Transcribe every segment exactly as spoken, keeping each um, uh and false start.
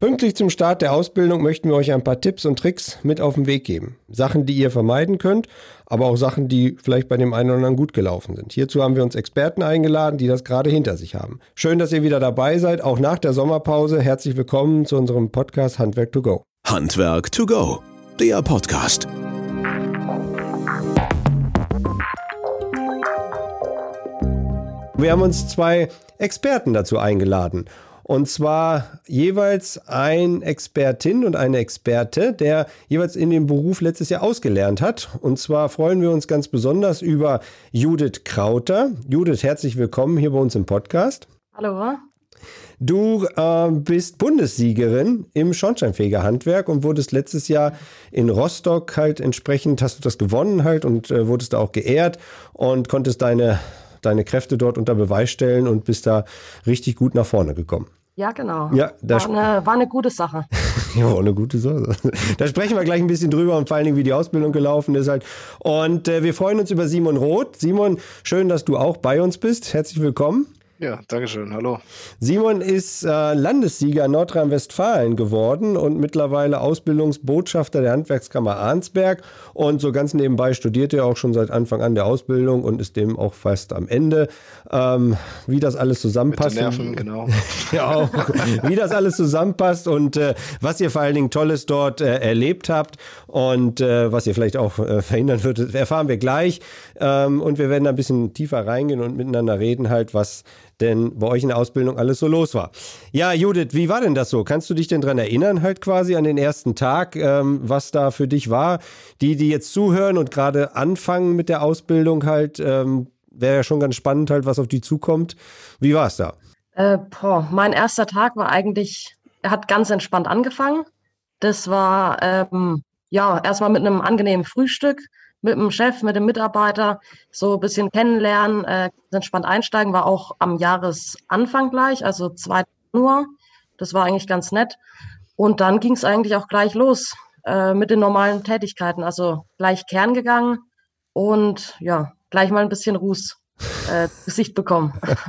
Pünktlich zum Start der Ausbildung möchten wir euch ein paar Tipps und Tricks mit auf den Weg geben. Sachen, die ihr vermeiden könnt, aber auch Sachen, die vielleicht bei dem einen oder anderen gut gelaufen sind. Hierzu haben wir uns Experten eingeladen, die das gerade hinter sich haben. Schön, dass ihr wieder dabei seid, auch nach der Sommerpause. Herzlich willkommen zu unserem Podcast Handwerk to go. Handwerk to go, der Podcast. Wir haben uns zwei Experten dazu eingeladen. Und zwar jeweils ein Expertin und eine Experte, der jeweils in dem Beruf letztes Jahr ausgelernt hat. Und zwar freuen wir uns ganz besonders über Judith Krauter. Judith, herzlich willkommen hier bei uns im Podcast. Hallo. Du äh, bist Bundessiegerin im Schornsteinfegerhandwerk und wurdest letztes Jahr in Rostock halt entsprechend, hast du das gewonnen halt und äh, wurdest da auch geehrt und konntest deine deine Kräfte dort unter Beweis stellen und bist da richtig gut nach vorne gekommen. Ja, genau. Ja, war, eine, war eine gute Sache. Ja, war eine gute Sache. Da sprechen wir gleich ein bisschen drüber und vor allen Dingen, wie die Ausbildung gelaufen ist halt. Und äh, wir freuen uns über Simon Roth. Simon, schön, dass du auch bei uns bist. Herzlich willkommen. Ja, danke schön. Hallo. Simon ist äh, Landessieger Nordrhein-Westfalen geworden und mittlerweile Ausbildungsbotschafter der Handwerkskammer Arnsberg. Und so ganz nebenbei studiert er auch schon seit Anfang an der Ausbildung und ist dem auch fast am Ende. Ähm, wie das alles zusammenpasst. Mit den Nerven, genau. Ja, auch. Wie das alles zusammenpasst und äh, was ihr vor allen Dingen Tolles dort äh, erlebt habt und äh, was ihr vielleicht auch äh, verhindern würdet, erfahren wir gleich. Ähm, und wir werden da ein bisschen tiefer reingehen und miteinander reden halt, was denn bei euch in der Ausbildung alles so los war. Ja, Judith, wie war denn das so? Kannst du dich denn dran erinnern halt quasi an den ersten Tag, ähm, was da für dich war? Die, die jetzt zuhören und gerade anfangen mit der Ausbildung halt, ähm, wäre ja schon ganz spannend halt, was auf die zukommt. Wie war es da? Äh, boah, mein erster Tag war eigentlich, er hat ganz entspannt angefangen. Das war, ähm, ja, erstmal mit einem angenehmen Frühstück, mit dem Chef, mit dem Mitarbeiter, so ein bisschen kennenlernen, äh, entspannt einsteigen, war auch am Jahresanfang gleich, also zweiten Januar. Das war eigentlich ganz nett. Und dann ging es eigentlich auch gleich los äh, mit den normalen Tätigkeiten, also gleich Kern gegangen und ja, gleich mal ein bisschen Ruß äh, Gesicht bekommen.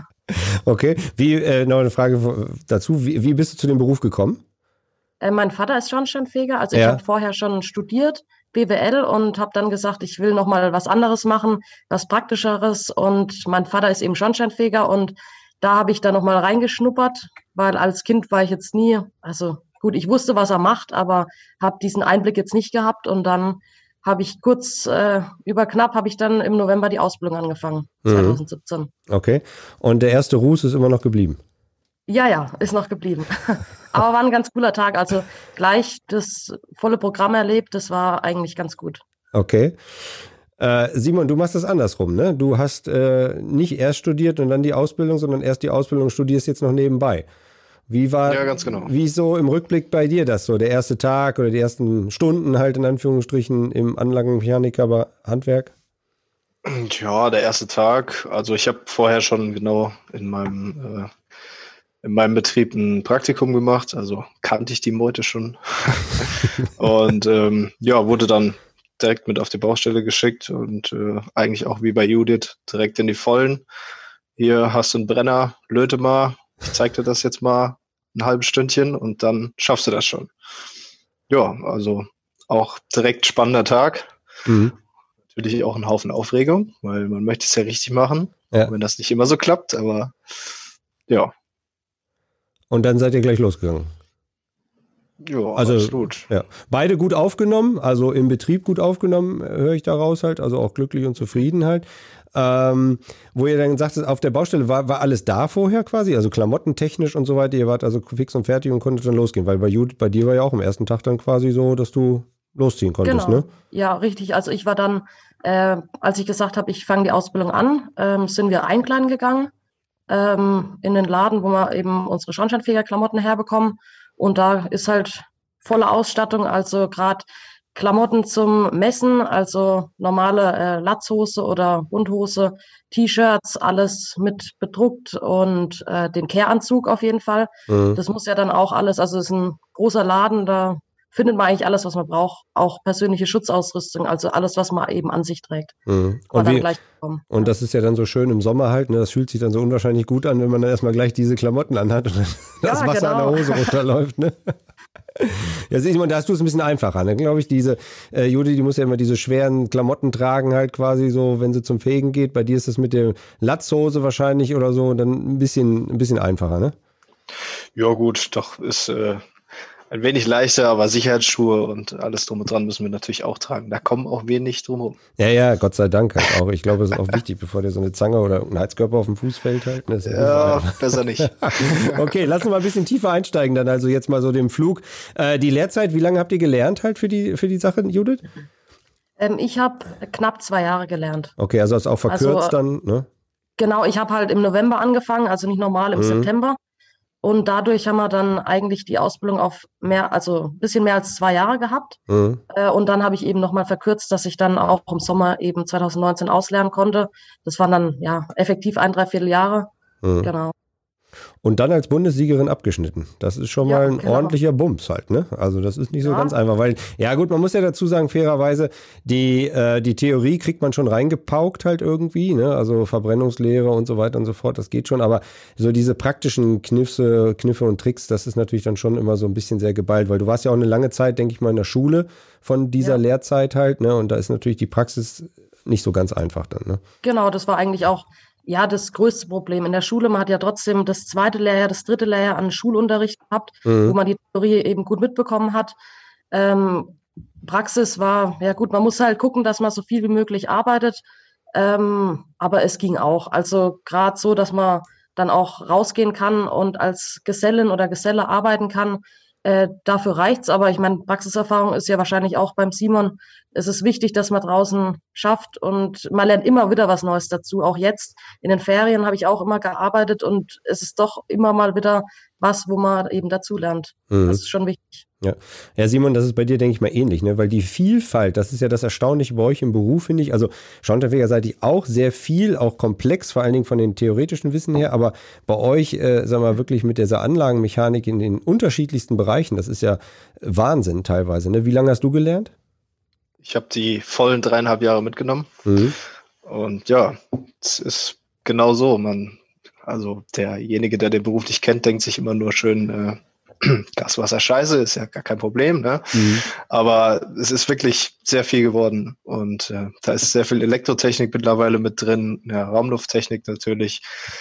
Okay, wie, äh, noch eine Frage dazu, wie, wie bist du zu dem Beruf gekommen? Äh, mein Vater ist Schornsteinfeger, also Ja. ich habe vorher schon studiert, B W L, und habe dann gesagt, ich will noch mal was anderes machen, was Praktischeres, und mein Vater ist eben Schornsteinfeger und da habe ich dann noch mal reingeschnuppert, weil als Kind war ich jetzt nie, also gut, ich wusste, was er macht, aber habe diesen Einblick jetzt nicht gehabt und dann habe ich kurz, äh, über knapp, habe ich dann im November die Ausbildung angefangen, zwanzig siebzehn. Okay, und der erste Ruß ist immer noch geblieben? Ja, ja, ist noch geblieben. Aber war ein ganz cooler Tag. Also gleich das volle Programm erlebt, das war eigentlich ganz gut. Okay. Äh, Simon, du machst das andersrum, ne? Du hast äh, nicht erst studiert und dann die Ausbildung, sondern erst die Ausbildung, studierst jetzt noch nebenbei. Wie war, Ja, ganz genau. Wie so im Rückblick bei dir das so? Der erste Tag oder die ersten Stunden halt in Anführungsstrichen im Anlagenmechaniker Handwerk? Ja, der erste Tag. Also ich habe vorher schon genau in meinem äh, in meinem Betrieb ein Praktikum gemacht, also kannte ich die Meute schon. Und ähm, ja, wurde dann direkt mit auf die Baustelle geschickt und äh, eigentlich auch wie bei Judith direkt in die Vollen. Hier hast du einen Brenner, löte mal, ich zeig dir das jetzt mal ein halbes Stündchen und dann schaffst du das schon. Ja, also auch direkt spannender Tag. Mhm. Natürlich auch ein Haufen Aufregung, weil man möchte es ja richtig machen, Ja. auch wenn das nicht immer so klappt, aber ja. Und dann seid ihr gleich losgegangen? Ja, Also, absolut. Ja. Beide gut aufgenommen, also im Betrieb gut aufgenommen, höre ich daraus halt, also auch glücklich und zufrieden halt. Ähm, wo ihr dann sagtet, auf der Baustelle war, war alles da vorher quasi, also klamottentechnisch und so weiter, ihr wart also fix und fertig und konntet dann losgehen, weil bei Judith, bei dir war ja auch am ersten Tag dann quasi so, dass du losziehen konntest, Genau. ne? Ja, richtig. Also ich war dann, äh, als ich gesagt habe, ich fange die Ausbildung an, ähm, sind wir einkleiden gegangen ähm, in den Laden, wo wir eben unsere Schornsteinfegerklamotten herbekommen. Und da ist halt volle Ausstattung, also gerade Klamotten zum Messen, also normale äh, Latzhose oder Rundhose, T-Shirts, alles mit bedruckt und äh, den Care-Anzug auf jeden Fall. Mhm. Das muss ja dann auch alles, also es ist ein großer Laden, da findet man eigentlich alles, was man braucht, auch persönliche Schutzausrüstung, also alles, was man eben an sich trägt. Mhm. War Und, dann wie, gleich bekommen. und das ist ja dann so schön im Sommer halt, ne? Das fühlt sich dann so unwahrscheinlich gut an, wenn man dann erstmal gleich diese Klamotten anhat und das Ja, Wasser genau. an der Hose runterläuft, ne? Ja, Simon, da hast du es ein bisschen einfacher, ne? Glaube ich, diese äh, Judy, die muss ja immer diese schweren Klamotten tragen, halt quasi so, wenn sie zum Fegen geht. Bei dir ist es mit der Latzhose wahrscheinlich oder so dann ein bisschen, ein bisschen einfacher, ne? Ja gut, doch ist äh, ein wenig leichter, aber Sicherheitsschuhe und alles drum und dran müssen wir natürlich auch tragen. Da kommen auch wir nicht drum herum. Ja, ja, Gott sei Dank halt auch. Ich glaube, es ist auch wichtig, bevor dir so eine Zange oder ein Heizkörper auf dem Fuß fällt halt. Ne? Ja, ja besser nicht. Okay, lass uns mal ein bisschen tiefer einsteigen dann, also jetzt mal so den Flug. Äh, die Lehrzeit, wie lange habt ihr gelernt halt für die, für die Sache, Judith? Ähm, ich habe knapp zwei Jahre gelernt. Okay, also ist auch verkürzt also, dann, ne? Genau, ich habe halt im November angefangen, also nicht normal im mhm. September. Und dadurch haben wir dann eigentlich die Ausbildung auf mehr, also ein bisschen mehr als zwei Jahre gehabt. Mhm. Äh, und dann habe ich eben nochmal verkürzt, dass ich dann auch im Sommer eben zwanzig neunzehn auslernen konnte. Das waren dann ja effektiv ein, dreiviertel Jahre. Mhm. Genau. Und dann als Bundessiegerin abgeschnitten. Das ist schon ja, mal ein genau. ordentlicher Bums halt, ne? Also das ist nicht so ja. ganz einfach, weil, ja gut, man muss ja dazu sagen, fairerweise, die, äh, die Theorie kriegt man schon reingepaukt halt irgendwie, ne? Also Verbrennungslehre und so weiter und so fort, das geht schon, aber so diese praktischen Kniffse, Kniffe und Tricks, das ist natürlich dann schon immer so ein bisschen sehr geballt, weil du warst ja auch eine lange Zeit, denke ich mal, in der Schule von dieser ja. Lehrzeit halt, ne? Und da ist natürlich die Praxis nicht so ganz einfach dann, ne? Genau, das war eigentlich auch ja, das größte Problem in der Schule. Man hat ja trotzdem das zweite Lehrjahr, das dritte Lehrjahr an Schulunterricht gehabt, mhm. wo man die Theorie eben gut mitbekommen hat. Ähm, Praxis war, ja gut, man muss halt gucken, dass man so viel wie möglich arbeitet. Ähm, aber es ging auch. Also gerade so, dass man dann auch rausgehen kann und als Gesellin oder Geselle arbeiten kann. Äh, dafür reicht's, aber ich meine, Praxiserfahrung ist ja wahrscheinlich auch beim Simon. Es ist wichtig, dass man draußen schafft und man lernt immer wieder was Neues dazu. Auch jetzt in den Ferien habe ich auch immer gearbeitet und es ist doch immer mal wieder was, wo man eben dazu lernt. Mhm. Das ist schon wichtig. Ja. Ja, Simon, das ist bei dir, denke ich mal, ähnlich, ne? Weil die Vielfalt, das ist ja das Erstaunliche bei euch im Beruf, finde ich. Also Schornsteinfegerseitig auch sehr viel, auch komplex, vor allen Dingen von den theoretischen Wissen her, aber bei euch, äh, sagen wir mal, wirklich mit dieser Anlagenmechanik in den unterschiedlichsten Bereichen, das ist ja Wahnsinn teilweise, ne? Wie lange hast du gelernt? Ich habe die vollen dreieinhalb Jahre mitgenommen. Mhm. Und ja, es ist genau so. Man, also derjenige, der den Beruf nicht kennt, denkt sich immer nur schön, äh, Gas, Wasser, Scheiße, ist ja gar kein Problem, ne? Mhm. Aber es ist wirklich sehr viel geworden und äh, da ist sehr viel Elektrotechnik mittlerweile mit drin, ja, Raumlufttechnik natürlich,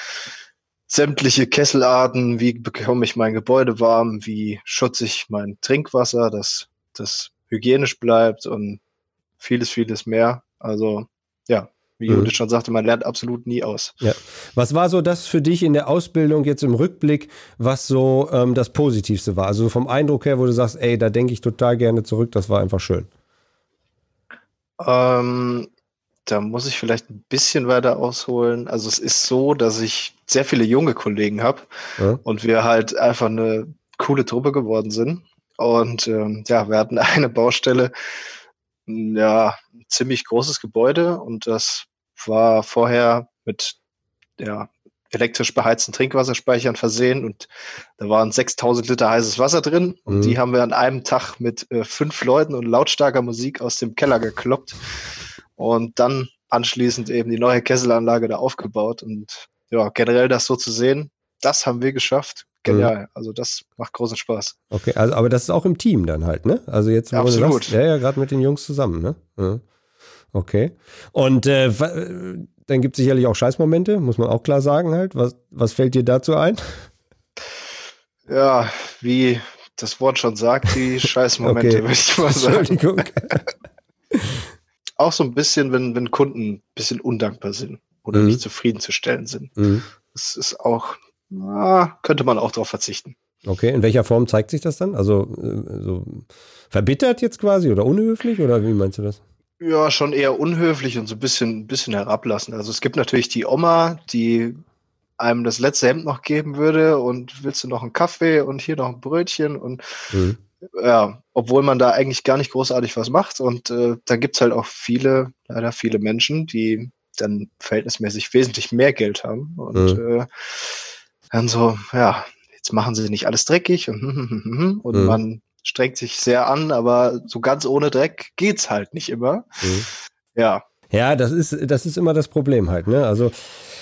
sämtliche Kesselarten, wie bekomme ich mein Gebäude warm, wie schütze ich mein Trinkwasser, dass das hygienisch bleibt und vieles, vieles mehr. Also ja, wie Judith mhm. schon sagte, man lernt absolut nie aus. Ja. Was war so das für dich in der Ausbildung jetzt im Rückblick, was so ähm, das Positivste war? Also vom Eindruck her, wo du sagst, ey, da denke ich total gerne zurück, das war einfach schön. Ähm, da muss ich vielleicht ein bisschen weiter ausholen. Also es ist so, dass ich sehr viele junge Kollegen habe ja. und wir halt einfach eine coole Truppe geworden sind. Und ähm, ja, wir hatten eine Baustelle, ja, ein ziemlich großes Gebäude und das war vorher mit ja, elektrisch beheizten Trinkwasserspeichern versehen und da waren sechstausend Liter heißes Wasser drin und mhm. die haben wir an einem Tag mit äh, fünf Leuten und lautstarker Musik aus dem Keller gekloppt und dann anschließend eben die neue Kesselanlage da aufgebaut und ja, generell das so zu sehen, das haben wir geschafft. Genial, mhm. also das macht großen Spaß. Okay, also aber das ist auch im Team dann halt, ne? Also jetzt ja, absolut. Sagst, ja, ja, gerade mit den Jungs zusammen, ne? Ja. Okay. Und äh, dann gibt es sicherlich auch Scheißmomente, muss man auch klar sagen halt. Was, was fällt dir dazu ein? Ja, wie das Wort schon sagt, die Scheißmomente, okay. würde ich mal sagen. Entschuldigung. Auch so ein bisschen, wenn, wenn Kunden ein bisschen undankbar sind oder mhm. nicht zufriedenzustellen sind. Mhm. Das ist auch Na, könnte man auch darauf verzichten. Okay, in welcher Form zeigt sich das dann? Also so verbittert jetzt quasi oder unhöflich oder wie meinst du das? Ja, schon eher unhöflich und so ein bisschen, ein bisschen herablassen. Also es gibt natürlich die Oma, die einem das letzte Hemd noch geben würde und willst du noch einen Kaffee und hier noch ein Brötchen und mhm. ja, obwohl man da eigentlich gar nicht großartig was macht und äh, da gibt es halt auch viele, leider viele Menschen, die dann verhältnismäßig wesentlich mehr Geld haben und mhm. äh, dann so, ja, jetzt machen sie nicht alles dreckig und, und mhm. man strengt sich sehr an, aber so ganz ohne Dreck geht's halt nicht immer. Mhm. Ja. Ja, das ist, das ist immer das Problem halt, ne? Also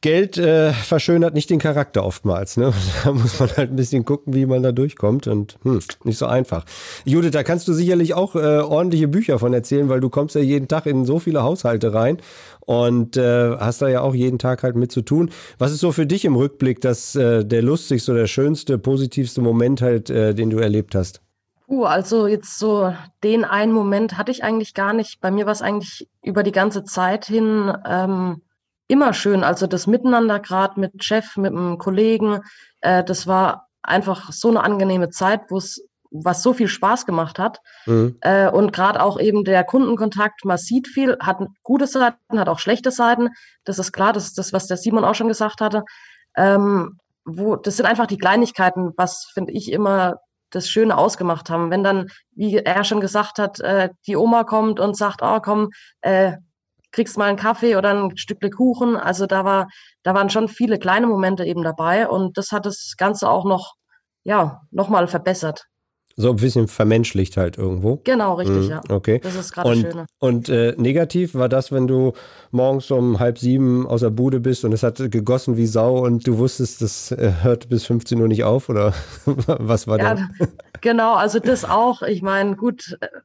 Geld äh, verschönert nicht den Charakter oftmals, ne? Da muss man halt ein bisschen gucken, wie man da durchkommt und hm, nicht so einfach. Judith, da kannst du sicherlich auch äh, ordentliche Bücher von erzählen, weil du kommst ja jeden Tag in so viele Haushalte rein und äh, hast da ja auch jeden Tag halt mit zu tun. Was ist so für dich im Rückblick das äh, der lustigste oder schönste, positivste Moment halt, äh, den du erlebt hast? Uh, also jetzt so den einen Moment hatte ich eigentlich gar nicht. Bei mir war es eigentlich über die ganze Zeit hin ähm, immer schön. Also das Miteinander gerade mit Chef, mit einem Kollegen, äh, das war einfach so eine angenehme Zeit, wo es was so viel Spaß gemacht hat. Mhm. Äh, und gerade auch eben der Kundenkontakt, man sieht viel, hat gute Seiten, hat auch schlechte Seiten. Das ist klar, das ist das, was der Simon auch schon gesagt hatte. Ähm, wo, das sind einfach die Kleinigkeiten, was, finde ich, immer das Schöne ausgemacht haben. Wenn dann, wie er schon gesagt hat, äh, die Oma kommt und sagt, oh komm, äh, kriegst mal einen Kaffee oder ein Stückle Kuchen. Also da war, da waren schon viele kleine Momente eben dabei und das hat das Ganze auch noch, ja, nochmal verbessert. So ein bisschen vermenschlicht halt irgendwo. Genau, richtig, Mhm, ja. okay. Das ist gerade das Und, Schöne. und äh, negativ war das, wenn du morgens um halb sieben aus der Bude bist und es hat gegossen wie Sau und du wusstest, das äh, hört bis fünfzehn Uhr nicht auf oder was war Ja, da? genau, also das auch. Ich meine, gut, äh,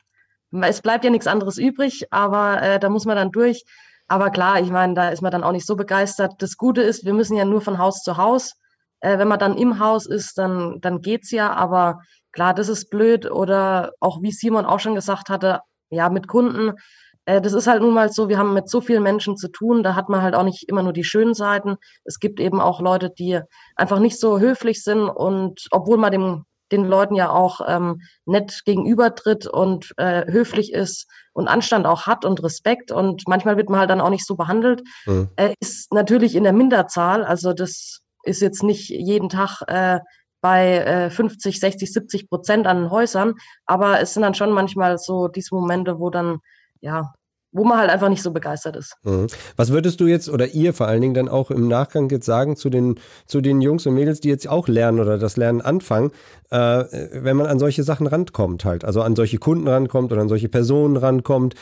es bleibt ja nichts anderes übrig, aber äh, da muss man dann durch. Aber klar, ich meine, da ist man dann auch nicht so begeistert. Das Gute ist, wir müssen ja nur von Haus zu Haus. Äh, wenn man dann im Haus ist, dann, dann geht's ja. Aber klar, das ist blöd. Oder auch wie Simon auch schon gesagt hatte, ja, mit Kunden. Äh, das ist halt nun mal so, wir haben mit so vielen Menschen zu tun. Da hat man halt auch nicht immer nur die schönen Seiten. Es gibt eben auch Leute, die einfach nicht so höflich sind. Und obwohl man dem den Leuten ja auch ähm, nett gegenübertritt und äh, höflich ist und Anstand auch hat und Respekt und manchmal wird man halt dann auch nicht so behandelt, Mhm. äh, ist natürlich in der Minderzahl, also das ist jetzt nicht jeden Tag äh, bei äh, fünfzig, sechzig, siebzig Prozent an Häusern, aber es sind dann schon manchmal so diese Momente, wo dann, ja, wo man halt einfach nicht so begeistert ist. Mhm. Was würdest du jetzt oder ihr vor allen Dingen dann auch im Nachgang jetzt sagen zu den, zu den Jungs und Mädels, die jetzt auch lernen oder das Lernen anfangen, äh, wenn man an solche Sachen rankommt halt, also an solche Kunden rankommt oder an solche Personen rankommt,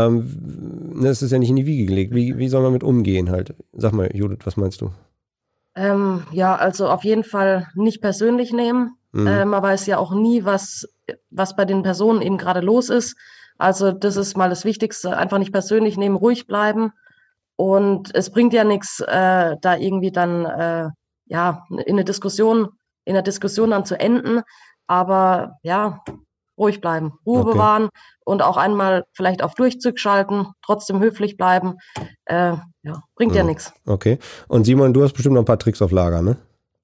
ähm, das ist ja nicht in die Wiege gelegt. Wie, wie soll man mit umgehen halt? Sag mal, Judith, was meinst du? Ähm, ja, also auf jeden Fall nicht persönlich nehmen. Mhm. Äh, man weiß ja auch nie, was, was bei den Personen eben gerade los ist. Also das ist mal das Wichtigste, einfach nicht persönlich nehmen, ruhig bleiben. Und es bringt ja nichts, äh, da irgendwie dann äh, ja in eine Diskussion, in der Diskussion dann zu enden. Aber ja, ruhig bleiben, Ruhe Okay. bewahren und auch einmal vielleicht auf Durchzug schalten, trotzdem höflich bleiben. Äh, ja, bringt ja Mhm. nichts. Okay. Und Simon, du hast bestimmt noch ein paar Tricks auf Lager, ne?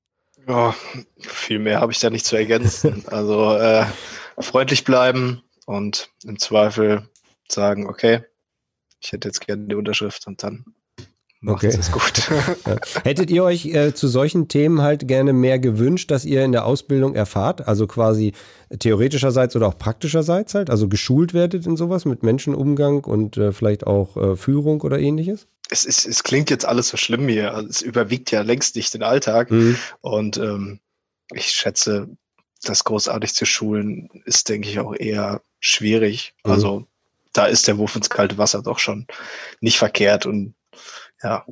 Ja, viel mehr habe ich da nicht zu ergänzen. Also äh, freundlich bleiben und im Zweifel sagen, okay, ich hätte jetzt gerne die Unterschrift und dann macht Okay. es gut. Ja. Hättet ihr euch äh, zu solchen Themen halt gerne mehr gewünscht, dass ihr in der Ausbildung erfahrt, also quasi theoretischerseits oder auch praktischerseits halt, also geschult werdet in sowas mit Menschenumgang und äh, vielleicht auch äh, Führung oder ähnliches? Es, ist, es klingt jetzt alles so schlimm hier. Also es überwiegt ja längst nicht den Alltag. Mhm. Und ähm, ich schätze, das großartig zu schulen ist, denke ich, auch eher schwierig. Mhm. Also da ist der Wurf ins kalte Wasser doch schon nicht verkehrt. Und ja,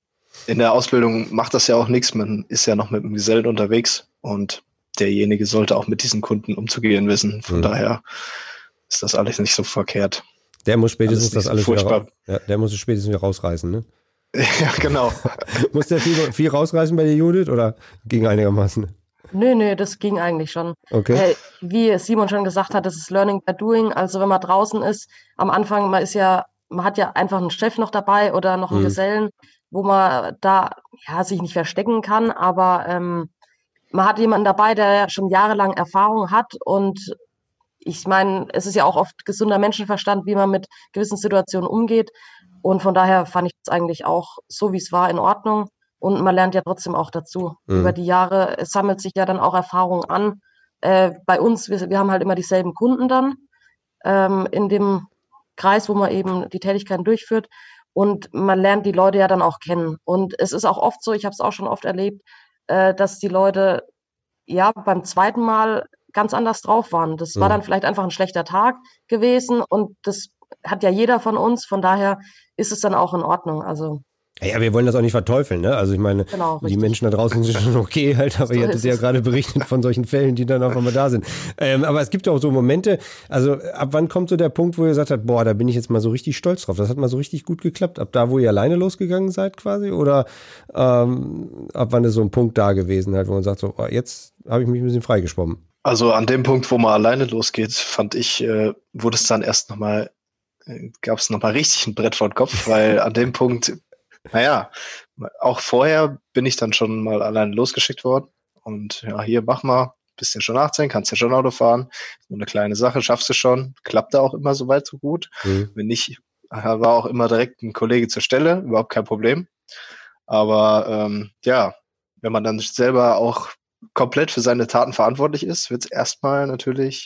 in der Ausbildung macht das ja auch nichts. Man ist ja noch mit dem Gesellen unterwegs und derjenige sollte auch mit diesen Kunden umzugehen wissen. Von Mhm. daher ist das alles nicht so verkehrt. Der muss spätestens Alles nicht das so alles wieder, furchtbar. ra- ja, der muss es spätestens wieder rausreißen, ne? Ja, genau. Muss der viel, viel rausreißen bei der Judith oder ging einigermaßen? Nö, nö, das ging eigentlich schon. Okay. Äh, wie Simon schon gesagt hat, das ist Learning by Doing. Also wenn man draußen ist, am Anfang, man ist ja, man hat ja einfach einen Chef noch dabei oder noch einen Mhm. Gesellen, wo man da ja sich nicht verstecken kann, aber ähm, man hat jemanden dabei, der schon jahrelang Erfahrung hat und ich meine, es ist ja auch oft gesunder Menschenverstand, wie man mit gewissen Situationen umgeht. Und von daher fand ich es eigentlich auch so, wie es war, in Ordnung. Und man lernt ja trotzdem auch dazu. Mhm. Über die Jahre, es sammelt sich ja dann auch Erfahrung an. Äh, bei uns, wir, wir haben halt immer dieselben Kunden dann ähm, in dem Kreis, wo man eben die Tätigkeiten durchführt. Und man lernt die Leute ja dann auch kennen. Und es ist auch oft so, ich habe es auch schon oft erlebt, äh, dass die Leute ja beim zweiten Mal ganz anders drauf waren. Das war Mhm. dann vielleicht einfach ein schlechter Tag gewesen und das hat ja jeder von uns. Von daher ist es dann auch in Ordnung. Also Ja, wir wollen das auch nicht verteufeln, ne? Also ich meine, Genau, die richtig. Menschen da draußen sind schon okay halt, aber So ihr hattet ist ja es. gerade berichtet von solchen Fällen, die dann auf einmal da sind. Ähm, aber es gibt auch so Momente, also ab wann kommt so der Punkt, wo ihr gesagt habt, boah, da bin ich jetzt mal so richtig stolz drauf, das hat mal so richtig gut geklappt. Ab da, wo ihr alleine losgegangen seid quasi? Oder ähm, ab wann ist so ein Punkt da gewesen halt, wo man sagt, so, oh, jetzt habe ich mich ein bisschen freigeschwommen? Also an dem Punkt, wo man alleine losgeht, fand ich, äh, wurde es dann erst nochmal, äh, gab es nochmal richtig ein Brett vor den Kopf, weil an dem Punkt, naja, auch vorher bin ich dann schon mal alleine losgeschickt worden. Und ja, hier, mach mal, bisschen schon achtzehn, kannst ja schon Auto fahren. So eine kleine Sache, schaffst du schon. Klappte auch immer so weit, so gut. Mhm. Wenn nicht, war auch immer direkt ein Kollege zur Stelle, überhaupt kein Problem. Aber ähm, ja, wenn man dann selber auch komplett für seine Taten verantwortlich ist, wird es erstmal natürlich,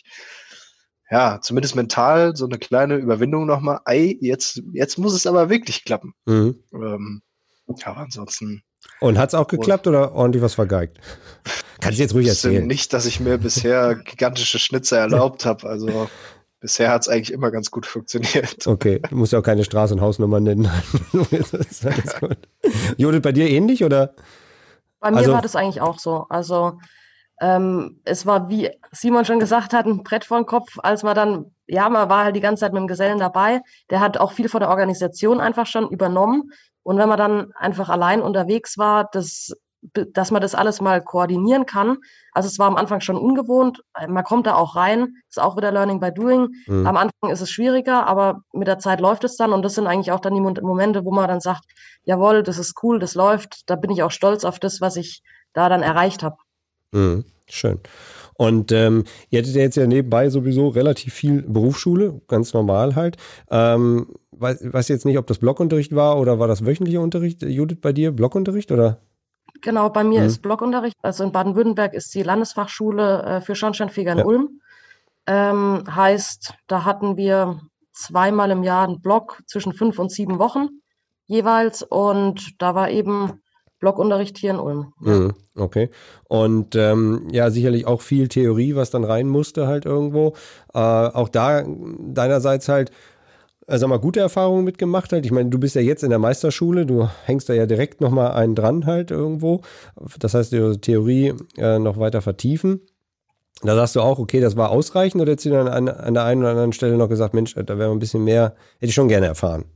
ja, zumindest mental so eine kleine Überwindung nochmal. Ei, jetzt, jetzt muss es aber wirklich klappen. Mhm. Ähm, ja, aber ansonsten. Und hat's auch geklappt oder ordentlich was vergeigt? Kannst du jetzt ruhig erzählen. Nicht, dass ich mir bisher gigantische Schnitzer erlaubt habe. Also bisher hat es eigentlich immer ganz gut funktioniert. Okay, du musst ja auch keine Straße und Hausnummer nennen. Das ist alles gut. Judith, bei dir ähnlich oder? Bei mir Also- war das eigentlich auch so. Also ähm, es war, wie Simon schon gesagt hat, ein Brett vor den Kopf, als man dann, ja, man war halt die ganze Zeit mit dem Gesellen dabei. Der hat auch viel von der Organisation einfach schon übernommen. Und wenn man dann einfach allein unterwegs war, das, dass man das alles mal koordinieren kann. Also es war am Anfang schon ungewohnt. Man kommt da auch rein, ist auch wieder Learning by Doing. Mhm. Am Anfang ist es schwieriger, aber mit der Zeit läuft es dann. Und das sind eigentlich auch dann die Mo- Momente, wo man dann sagt, jawohl, das ist cool, das läuft. Da bin ich auch stolz auf das, was ich da dann erreicht habe. Mhm, schön. Und ähm, ihr hattet ja jetzt ja nebenbei sowieso relativ viel Berufsschule, ganz normal halt. Ähm, weiß, weiß jetzt nicht, ob das Blockunterricht war oder war das wöchentlicher Unterricht, Judith, bei dir? Blockunterricht oder? Genau, bei mir Mhm. ist Blockunterricht. Also in Baden-Württemberg ist die Landesfachschule äh, für Schornsteinfeger in Ja. Ulm. Ähm, heißt, da hatten wir zweimal im Jahr einen Block zwischen fünf und sieben Wochen jeweils. Und da war eben Blockunterricht hier in Ulm. Ja. Mhm, okay. Und ähm, ja, sicherlich auch viel Theorie, was dann rein musste halt irgendwo. Äh, auch da deinerseits halt, äh, sag mal, gute Erfahrungen mitgemacht halt. Ich meine, du bist ja jetzt in der Meisterschule, du hängst da ja direkt nochmal einen dran halt irgendwo. Das heißt, die Theorie äh, noch weiter vertiefen. Da sagst du auch, okay, das war ausreichend, oder hättest du dann an, an der einen oder anderen Stelle noch gesagt, Mensch, da wäre ein bisschen mehr, hätte ich schon gerne erfahren.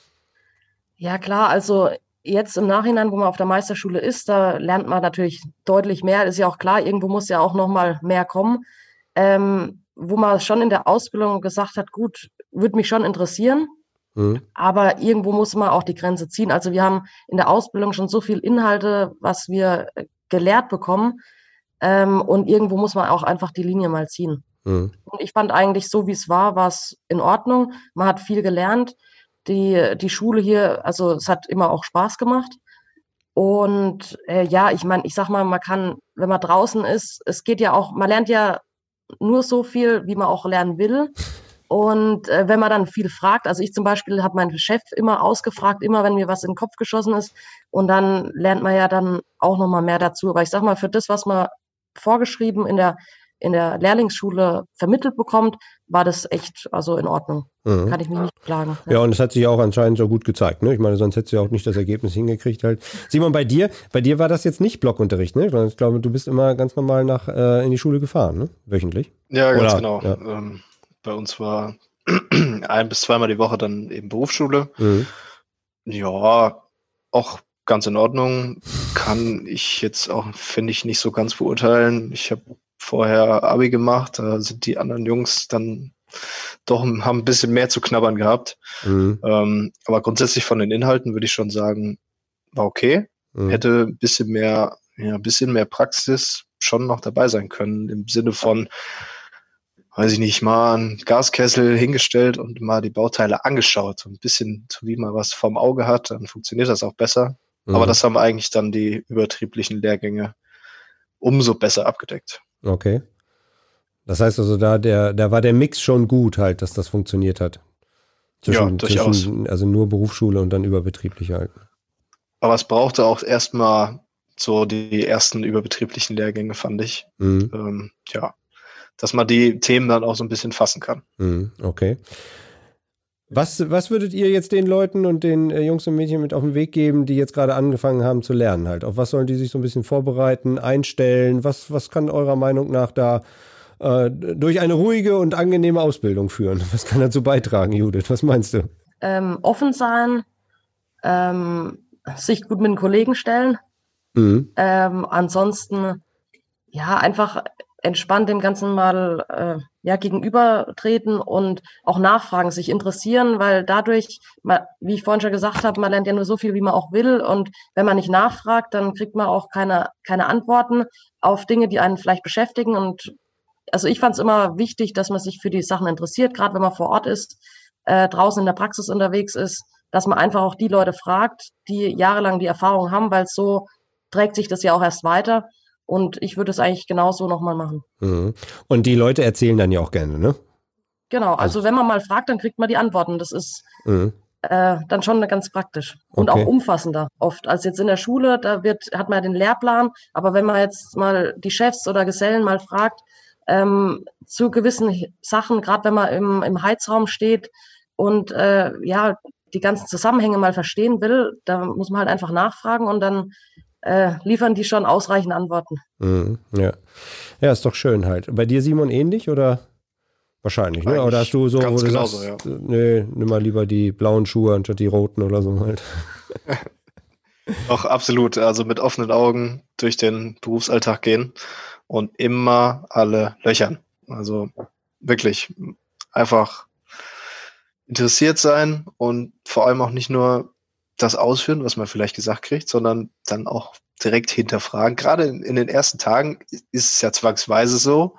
Ja, klar, also jetzt im Nachhinein, wo man auf der Meisterschule ist, da lernt man natürlich deutlich mehr. Ist ja auch klar, irgendwo muss ja auch noch mal mehr kommen. Ähm, wo man schon in der Ausbildung gesagt hat, gut, würde mich schon interessieren, Mhm. aber irgendwo muss man auch die Grenze ziehen. Also wir haben in der Ausbildung schon so viel Inhalte, was wir äh, gelehrt bekommen, ähm, und irgendwo muss man auch einfach die Linie mal ziehen. Mhm. Und ich fand eigentlich, so wie es war, war es in Ordnung. Man hat viel gelernt. Die, die Schule hier, also es hat immer auch Spaß gemacht. Und äh, ja, ich meine, ich sag mal, man kann, wenn man draußen ist, es geht ja auch, man lernt ja nur so viel, wie man auch lernen will. Und äh, wenn man dann viel fragt, also ich zum Beispiel habe meinen Chef immer ausgefragt, immer wenn mir was in den Kopf geschossen ist. Und dann lernt man ja dann auch nochmal mehr dazu. Aber ich sag mal, für das, was man vorgeschrieben in der, in der Lehrlingsschule vermittelt bekommt, war das echt also in Ordnung. Mhm. Kann ich mich nicht beklagen. Ja, und es hat sich auch anscheinend so gut gezeigt, ne? Ich meine, sonst hättest du ja auch nicht das Ergebnis hingekriegt halt. Simon, bei dir, bei dir war das jetzt nicht Blockunterricht, ne? Ich glaube, du bist immer ganz normal nach äh, in die Schule gefahren, ne? Wöchentlich. Ja, ganz Oder- genau. ja. Ähm, bei uns war ein bis zweimal die Woche dann eben Berufsschule. Mhm. Ja, auch ganz in Ordnung. Kann ich jetzt auch, finde ich, nicht so ganz beurteilen. Ich habe vorher Abi gemacht, da sind die anderen Jungs dann doch, haben ein bisschen mehr zu knabbern gehabt. Mhm. Ähm, aber grundsätzlich von den Inhalten würde ich schon sagen, war okay. Mhm. Hätte ein bisschen mehr, ja, ein bisschen mehr Praxis schon noch dabei sein können, im Sinne von, weiß ich nicht, mal einen Gaskessel hingestellt und mal die Bauteile angeschaut. So ein bisschen, so wie man was vorm Auge hat, dann funktioniert das auch besser. Mhm. Aber das haben eigentlich dann die überbetrieblichen Lehrgänge umso besser abgedeckt. Okay. Das heißt also, da, der, da war der Mix schon gut halt, dass das funktioniert hat. Ja, durchaus. Zwischen, also nur Berufsschule und dann überbetriebliche halt. Aber es brauchte auch erstmal so die ersten überbetrieblichen Lehrgänge, fand ich. Mhm. Ähm, ja, dass man die Themen dann auch so ein bisschen fassen kann. Mhm. Okay. Was, was würdet ihr jetzt den Leuten und den äh, Jungs und Mädchen mit auf den Weg geben, die jetzt gerade angefangen haben zu lernen halt? Auf was sollen die sich so ein bisschen vorbereiten, einstellen? Was, was kann eurer Meinung nach da äh, durch eine ruhige und angenehme Ausbildung führen? Was kann dazu beitragen, Judith? Was meinst du? Ähm, offen sein, ähm, sich gut mit den Kollegen stellen. Mhm. Ähm, ansonsten, ja, einfach entspannt dem Ganzen mal äh, ja, gegenübertreten und auch nachfragen, sich interessieren, weil dadurch, man, wie ich vorhin schon gesagt habe, man lernt ja nur so viel, wie man auch will. Und wenn man nicht nachfragt, dann kriegt man auch keine, keine Antworten auf Dinge, die einen vielleicht beschäftigen. Und also ich fand es immer wichtig, dass man sich für die Sachen interessiert, gerade wenn man vor Ort ist, äh, draußen in der Praxis unterwegs ist, dass man einfach auch die Leute fragt, die jahrelang die Erfahrung haben, weil so trägt sich das ja auch erst weiter. Und ich würde es eigentlich genauso nochmal machen. Mhm. Und die Leute erzählen dann ja auch gerne, ne? Genau, also, also wenn man mal fragt, dann kriegt man die Antworten. Das ist mhm. äh, dann schon ganz praktisch und okay. auch umfassender oft. Als jetzt in der Schule, da wird, hat man ja den Lehrplan, aber wenn man jetzt mal die Chefs oder Gesellen mal fragt, ähm, zu gewissen Sachen, gerade wenn man im, im Heizraum steht und äh, ja, die ganzen Zusammenhänge mal verstehen will, da muss man halt einfach nachfragen und dann Äh, liefern die schon ausreichend Antworten. Mhm, ja. Ja, ist doch schön halt. Bei dir, Simon, ähnlich oder? Wahrscheinlich, ne? Oder hast du so, wo du genauso, sagst, ja. nee, nimm mal lieber die blauen Schuhe anstatt die roten oder so halt. Doch, absolut. Also mit offenen Augen durch den Berufsalltag gehen und immer alle löchern. Also wirklich einfach interessiert sein und vor allem auch nicht nur das ausführen, was man vielleicht gesagt kriegt, sondern dann auch direkt hinterfragen. Gerade in, in den ersten Tagen ist es ja zwangsweise so,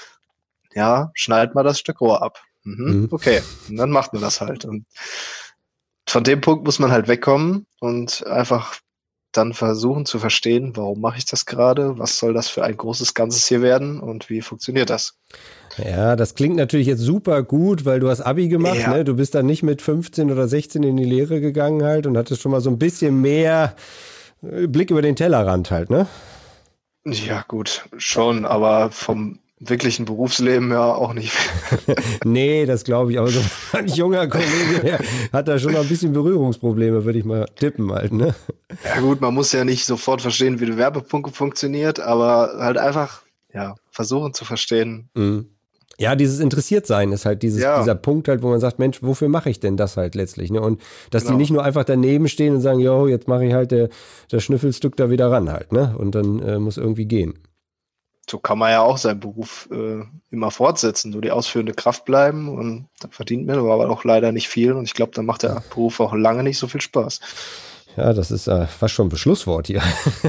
ja, schneidet mal das Stück Rohr ab. Mhm, mhm. Okay, und dann macht man das halt. Und von dem Punkt muss man halt wegkommen und einfach dann versuchen zu verstehen, warum mache ich das gerade, was soll das für ein großes Ganzes hier werden und wie funktioniert das? Ja, das klingt natürlich jetzt super gut, weil du hast Abi gemacht, ja. ne? Du bist dann nicht mit fünfzehn oder sechzehn in die Lehre gegangen halt und hattest schon mal so ein bisschen mehr Blick über den Tellerrand halt, ne? Ja, gut, schon, aber vom wirklichen Berufsleben ja auch nicht. Nee, das glaube ich, aber so ein junger Kollege, der hat da schon noch ein bisschen Berührungsprobleme, würde ich mal tippen halt, ne? Ja gut, man muss ja nicht sofort verstehen, wie die Werbepumpe funktioniert, aber halt einfach, ja, versuchen zu verstehen. Mhm. Ja, dieses Interessiertsein ist halt dieses, ja. dieser Punkt halt, wo man sagt, Mensch, wofür mache ich denn das halt letztlich? Ne? Und dass genau. die nicht nur einfach daneben stehen und sagen, jo, jetzt mache ich halt der, der Schnüffelstück da wieder ran halt, ne? Und dann äh, muss irgendwie gehen. So kann man ja auch seinen Beruf äh, immer fortsetzen, nur die ausführende Kraft bleiben und dann verdient man aber auch leider nicht viel und ich glaube, dann macht der Beruf auch lange nicht so viel Spaß. Ja, das ist äh, fast schon ein Beschlusswort hier.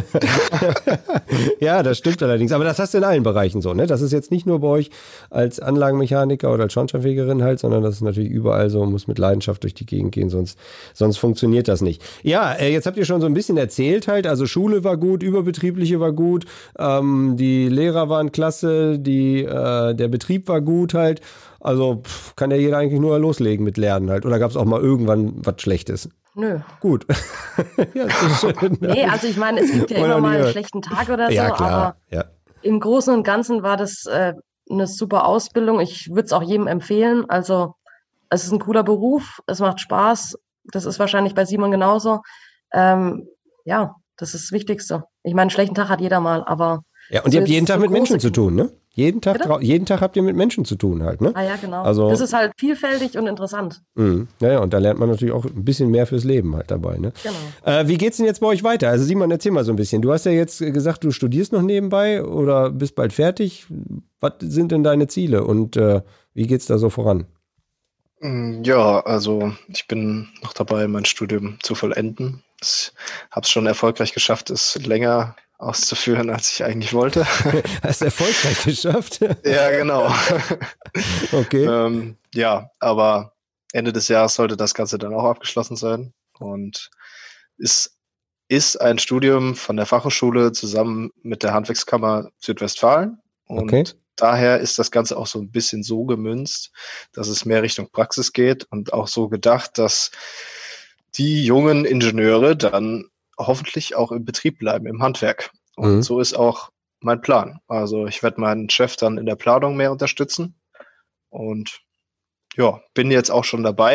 Ja, das stimmt allerdings. Aber das hast du in allen Bereichen so, ne? Das ist jetzt nicht nur bei euch als Anlagenmechaniker oder als Schornsteinfegerin halt, sondern das ist natürlich überall so, muss mit Leidenschaft durch die Gegend gehen, sonst, sonst funktioniert das nicht. Ja, äh, jetzt habt ihr schon so ein bisschen erzählt halt, also Schule war gut, überbetriebliche war gut, ähm, die Lehrer waren klasse, die, äh, der Betrieb war gut halt. Also pff, kann ja jeder eigentlich nur loslegen mit Lernen halt. Oder gab es auch mal irgendwann was Schlechtes? Nö. Gut. Ja, schön. Nee, also ich meine, es gibt ja immer mal einen schlechten Tag oder so, ja, klar. aber ja. im Großen und Ganzen war das äh, eine super Ausbildung. Ich würde es auch jedem empfehlen. Also es ist ein cooler Beruf, es macht Spaß. Das ist wahrscheinlich bei Simon genauso. Ähm, ja, das ist das Wichtigste. Ich meine, einen schlechten Tag hat jeder mal, aber... Ja, und ihr habt jeden Tag mit Menschen zu tun, ne? Jeden Tag, jeden Tag habt ihr mit Menschen zu tun halt, ne? Ah ja, genau. Also, das ist halt vielfältig und interessant. Mh, ja, ja, und da lernt man natürlich auch ein bisschen mehr fürs Leben halt dabei, ne? Genau. Äh, wie geht's denn jetzt bei euch weiter? Also Simon, erzähl mal so ein bisschen. Du hast ja jetzt gesagt, du studierst noch nebenbei oder bist bald fertig. Was sind denn deine Ziele und äh, wie geht's da so voran? Ja, also ich bin noch dabei, mein Studium zu vollenden. Ich habe es schon erfolgreich geschafft, es länger auszuführen, als ich eigentlich wollte. Hast du erfolgreich geschafft? Ja, genau. Okay. ähm, ja, aber Ende des Jahres sollte das Ganze dann auch abgeschlossen sein. Und es ist ein Studium von der Fachhochschule zusammen mit der Handwerkskammer Südwestfalen. Und okay. daher ist das Ganze auch so ein bisschen so gemünzt, dass es mehr Richtung Praxis geht und auch so gedacht, dass die jungen Ingenieure dann hoffentlich auch im Betrieb bleiben, im Handwerk. Und mhm. so ist auch mein Plan. Also ich werde meinen Chef dann in der Planung mehr unterstützen und ja, bin jetzt auch schon dabei,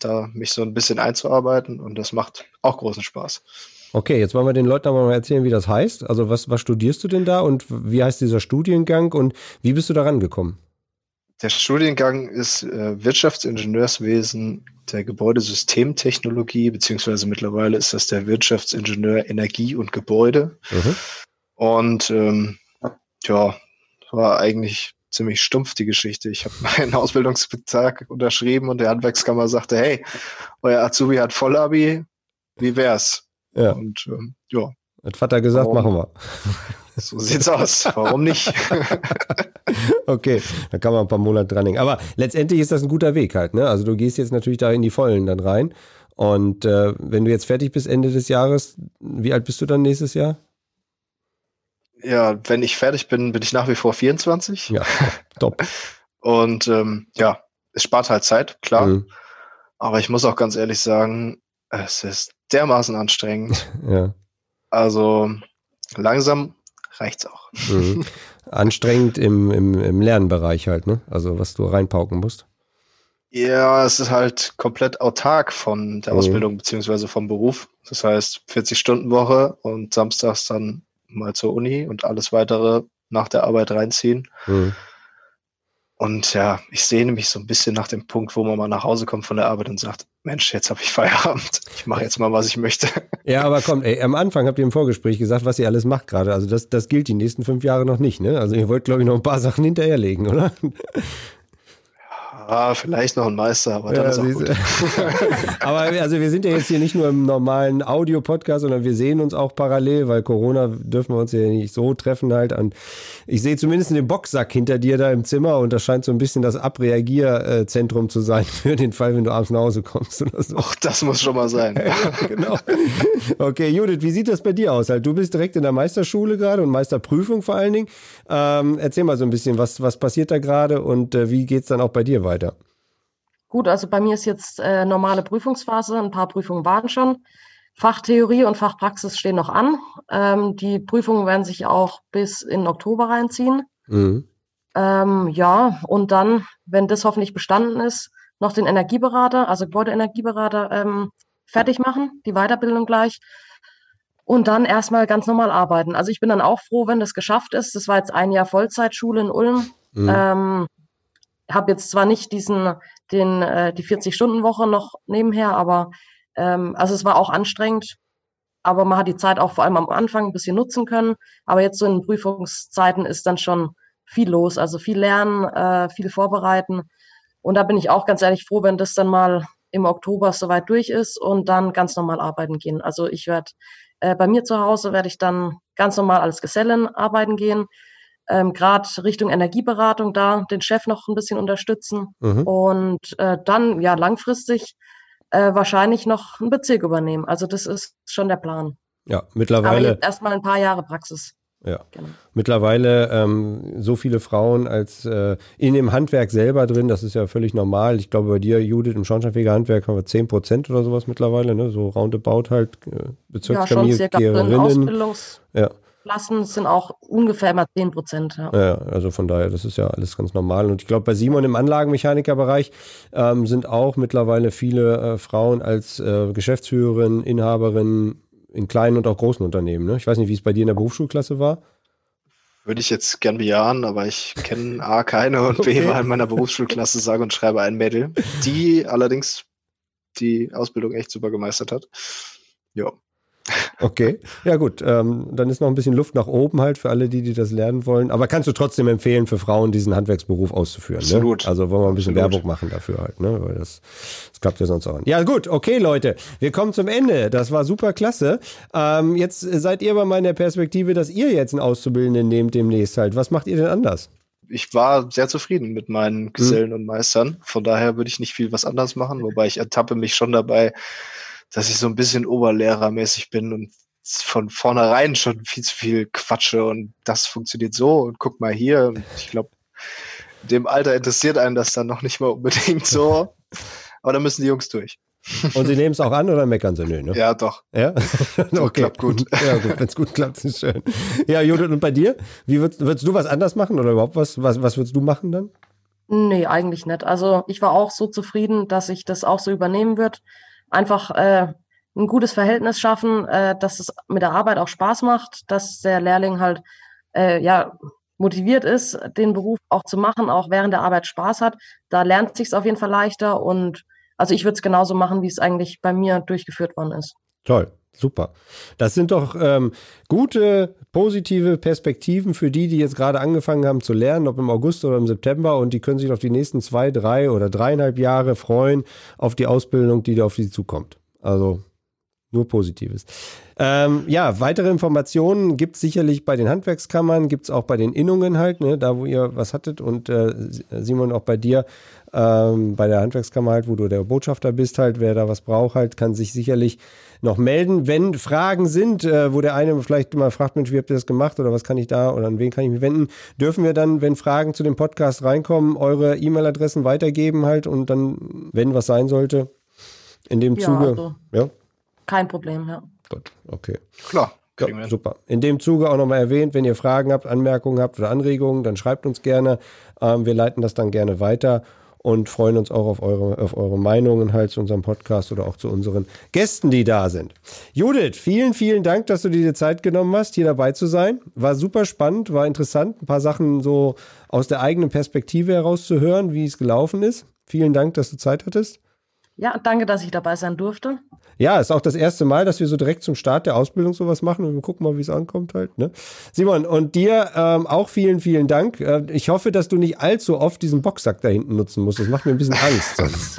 da mich so ein bisschen einzuarbeiten und das macht auch großen Spaß. Okay, jetzt wollen wir den Leuten aber mal erzählen, wie das heißt. Also was, was studierst du denn da und wie heißt dieser Studiengang und wie bist du da rangekommen? Der Studiengang ist äh, Wirtschaftsingenieurswesen der Gebäudesystemtechnologie, beziehungsweise mittlerweile ist das der Wirtschaftsingenieur Energie und Gebäude. Mhm. Und ähm, ja, war eigentlich ziemlich stumpf die Geschichte. Ich habe meinen Ausbildungsvertrag unterschrieben und der Handwerkskammer sagte, hey, euer Azubi hat Vollabi, wie wär's? Ja. Und ähm, ja. Hat Vater gesagt, Warum? machen wir. So sieht's aus. Warum nicht? Okay, da kann man ein paar Monate dranhängen. Aber letztendlich ist das ein guter Weg halt, ne? Also du gehst jetzt natürlich da in die Vollen dann rein. Und äh, wenn du jetzt fertig bist Ende des Jahres, wie alt bist du dann nächstes Jahr? Ja, wenn ich fertig bin, bin ich nach wie vor vierundzwanzig. Ja, top. Und ähm, ja, es spart halt Zeit, klar. Mhm. Aber ich muss auch ganz ehrlich sagen, es ist dermaßen anstrengend. Ja. Also langsam reicht's auch. Mhm. Anstrengend im, im, im Lernbereich halt, ne? Also was du reinpauken musst. Ja, es ist halt komplett autark von der mhm. Ausbildung beziehungsweise vom Beruf. Das heißt vierzig-Stunden-Woche und samstags dann mal zur Uni und alles weitere nach der Arbeit reinziehen. Mhm. Und ja, ich sehne mich so ein bisschen nach dem Punkt, wo man mal nach Hause kommt von der Arbeit und sagt, Mensch, jetzt habe ich Feierabend. Ich mache jetzt mal, was ich möchte. Ja, aber komm, ey, am Anfang habt ihr im Vorgespräch gesagt, was ihr alles macht gerade. Also das, das gilt die nächsten fünf Jahre noch nicht, ne? Also ihr wollt, glaube ich, noch ein paar Sachen hinterherlegen, oder? Ja, vielleicht noch ein Meister, aber dann ja, ist auch gut. Aber also wir sind ja jetzt hier nicht nur im normalen Audio-Podcast, sondern wir sehen uns auch parallel, weil Corona dürfen wir uns ja nicht so treffen halt. Und ich sehe zumindest den Boxsack hinter dir da im Zimmer und das scheint so ein bisschen das Abreagierzentrum zu sein für den Fall, wenn du abends nach Hause kommst oder so. Ach, das muss schon mal sein. Ja, genau. Okay, Judith, wie sieht das bei dir aus? Halt, du bist direkt in der Meisterschule gerade und Meisterprüfung vor allen Dingen. Ähm, erzähl mal so ein bisschen, was, was passiert da gerade und äh, wie geht es dann auch bei dir weiter? Weiter. Gut, also bei mir ist jetzt äh, normale Prüfungsphase. Ein paar Prüfungen waren schon. Fachtheorie und Fachpraxis stehen noch an. Ähm, die Prüfungen werden sich auch bis in Oktober reinziehen. Mhm. Ähm, ja, und dann, wenn das hoffentlich bestanden ist, noch den Energieberater, also Gebäudeenergieberater, ähm, fertig machen, die Weiterbildung gleich. Und dann erstmal ganz normal arbeiten. Also ich bin dann auch froh, wenn das geschafft ist. Das war jetzt ein Jahr Vollzeitschule in Ulm. Mhm. Ähm, habe jetzt zwar nicht diesen, den, äh, die vierzig-Stunden-Woche noch nebenher, aber ähm, also es war auch anstrengend, aber man hat die Zeit auch vor allem am Anfang ein bisschen nutzen können. Aber jetzt so in Prüfungszeiten ist dann schon viel los, also viel lernen, äh, viel vorbereiten. Und da bin ich auch ganz ehrlich froh, wenn das dann mal im Oktober soweit durch ist und dann ganz normal arbeiten gehen. Also ich werde äh, bei mir zu Hause werde ich dann ganz normal als Gesellin arbeiten gehen. Ähm, gerade Richtung Energieberatung da den Chef noch ein bisschen unterstützen mhm. und äh, dann ja langfristig äh, wahrscheinlich noch einen Bezirk übernehmen. Also das ist schon der Plan. Ja, mittlerweile. Aber jetzt erstmal ein paar Jahre Praxis. Ja, genau. Mittlerweile ähm, so viele Frauen als äh, in dem Handwerk selber drin, das ist ja völlig normal. Ich glaube, bei dir, Judith, im Schornsteinfegerhandwerk haben wir zehn Prozent oder sowas mittlerweile, ne? So roundabout halt äh, Bezirkskammeriererinnen. Ja, Klassen sind auch ungefähr immer zehn Prozent. Ja. ja, also von daher, das ist ja alles ganz normal. Und ich glaube, bei Simon im Anlagenmechanikerbereich ähm, sind auch mittlerweile viele äh, Frauen als äh, Geschäftsführerin, Inhaberin in kleinen und auch großen Unternehmen. Ne? Ich weiß nicht, wie es bei dir in der Berufsschulklasse war. Würde ich jetzt gern bejahen, aber ich kenne A, keine und okay. B, war in meiner Berufsschulklasse sage und schreibe ein Mädel, die allerdings die Ausbildung echt super gemeistert hat. Ja. Okay, ja gut, ähm, dann ist noch ein bisschen Luft nach oben halt für alle, die, die das lernen wollen. Aber kannst du trotzdem empfehlen, für Frauen diesen Handwerksberuf auszuführen? Absolut. Ne? Also wollen wir ein bisschen Absolut. Werbung machen dafür halt, ne? Weil das, das klappt ja sonst auch nicht. Ja gut, okay Leute, wir kommen zum Ende. Das war super klasse. Ähm, jetzt seid ihr bei meiner Perspektive, dass ihr jetzt einen Auszubildenden nehmt demnächst halt. Was macht ihr denn anders? Ich war sehr zufrieden mit meinen Gesellen hm. und Meistern. Von daher würde ich nicht viel was anders machen, wobei ich ertappe mich schon dabei, dass ich so ein bisschen oberlehrermäßig bin und von vornherein schon viel zu viel quatsche und das funktioniert so und guck mal hier. Und ich glaube, in dem Alter interessiert einen das dann noch nicht mal unbedingt so, aber da müssen die Jungs durch. Und sie nehmen es auch an oder meckern sie? Nö, ne? Ja, doch. Ja? So, okay. Klappt gut. Ja, gut, wenn es gut klappt, ist schön. Ja, Judith, und bei dir? Wie würdest, würdest du was anders machen oder überhaupt was? Was, was würdest du machen dann? Nee, eigentlich nicht. Also ich war auch so zufrieden, dass ich das auch so übernehmen würde. Einfach äh, ein gutes Verhältnis schaffen, äh, dass es mit der Arbeit auch Spaß macht, dass der Lehrling halt äh, ja motiviert ist, den Beruf auch zu machen, auch während der Arbeit Spaß hat. Da lernt sich's auf jeden Fall leichter und also ich würde es genauso machen, wie es eigentlich bei mir durchgeführt worden ist. Toll. Super. Das sind doch ähm, gute, positive Perspektiven für die, die jetzt gerade angefangen haben zu lernen, ob im August oder im September, und die können sich auf die nächsten zwei, drei oder dreieinhalb Jahre freuen auf die Ausbildung, die da auf sie zukommt. Also nur Positives. Ähm, ja, weitere Informationen gibt es sicherlich bei den Handwerkskammern, gibt es auch bei den Innungen halt, ne, da wo ihr was hattet, und äh, Simon, auch bei dir, ähm, bei der Handwerkskammer halt, wo du der Botschafter bist halt, wer da was braucht halt, kann sich sicherlich noch melden. Wenn Fragen sind, äh, wo der eine vielleicht mal fragt, Mensch, wie habt ihr das gemacht oder was kann ich da oder an wen kann ich mich wenden, dürfen wir dann, wenn Fragen zu dem Podcast reinkommen, eure E-Mail-Adressen weitergeben halt, und dann, wenn was sein sollte, in dem Ja, Zuge. also Ja, kein Problem, ja. gut, okay. Klar, Ja, kriegen wir hin. super. In dem Zuge auch nochmal erwähnt, wenn ihr Fragen habt, Anmerkungen habt oder Anregungen, dann schreibt uns gerne. Ähm, wir leiten das dann gerne weiter und freuen uns auch auf eure, auf eure Meinungen halt zu unserem Podcast oder auch zu unseren Gästen, die da sind. Judith, vielen, vielen Dank, dass du dir die Zeit genommen hast, hier dabei zu sein. War super spannend, war interessant, ein paar Sachen so aus der eigenen Perspektive heraus zu hören, wie es gelaufen ist. Vielen Dank, dass du Zeit hattest. Ja, danke, dass ich dabei sein durfte. Ja, ist auch das erste Mal, dass wir so direkt zum Start der Ausbildung sowas machen, und wir gucken mal, wie es ankommt halt. Ne? Simon, und dir ähm, auch vielen, vielen Dank. Äh, ich hoffe, dass du nicht allzu oft diesen Boxsack da hinten nutzen musst. Das macht mir ein bisschen Angst sonst.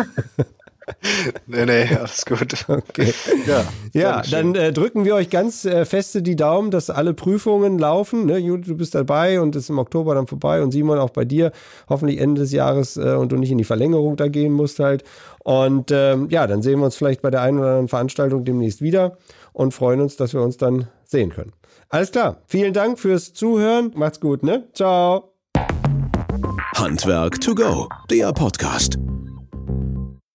Nee, nee, alles gut. Okay. Ja, Ja, dann äh, drücken wir euch ganz äh, feste die Daumen, dass alle Prüfungen laufen. Ne? Judith, du bist dabei und ist im Oktober dann vorbei, und Simon auch bei dir, hoffentlich Ende des Jahres, äh, und du nicht in die Verlängerung da gehen musst halt. Und ähm, ja, dann sehen wir uns vielleicht bei der einen oder anderen Veranstaltung demnächst wieder und freuen uns, dass wir uns dann sehen können. Alles klar, vielen Dank fürs Zuhören. Macht's gut, ne? Ciao. Handwerk to go, der Podcast.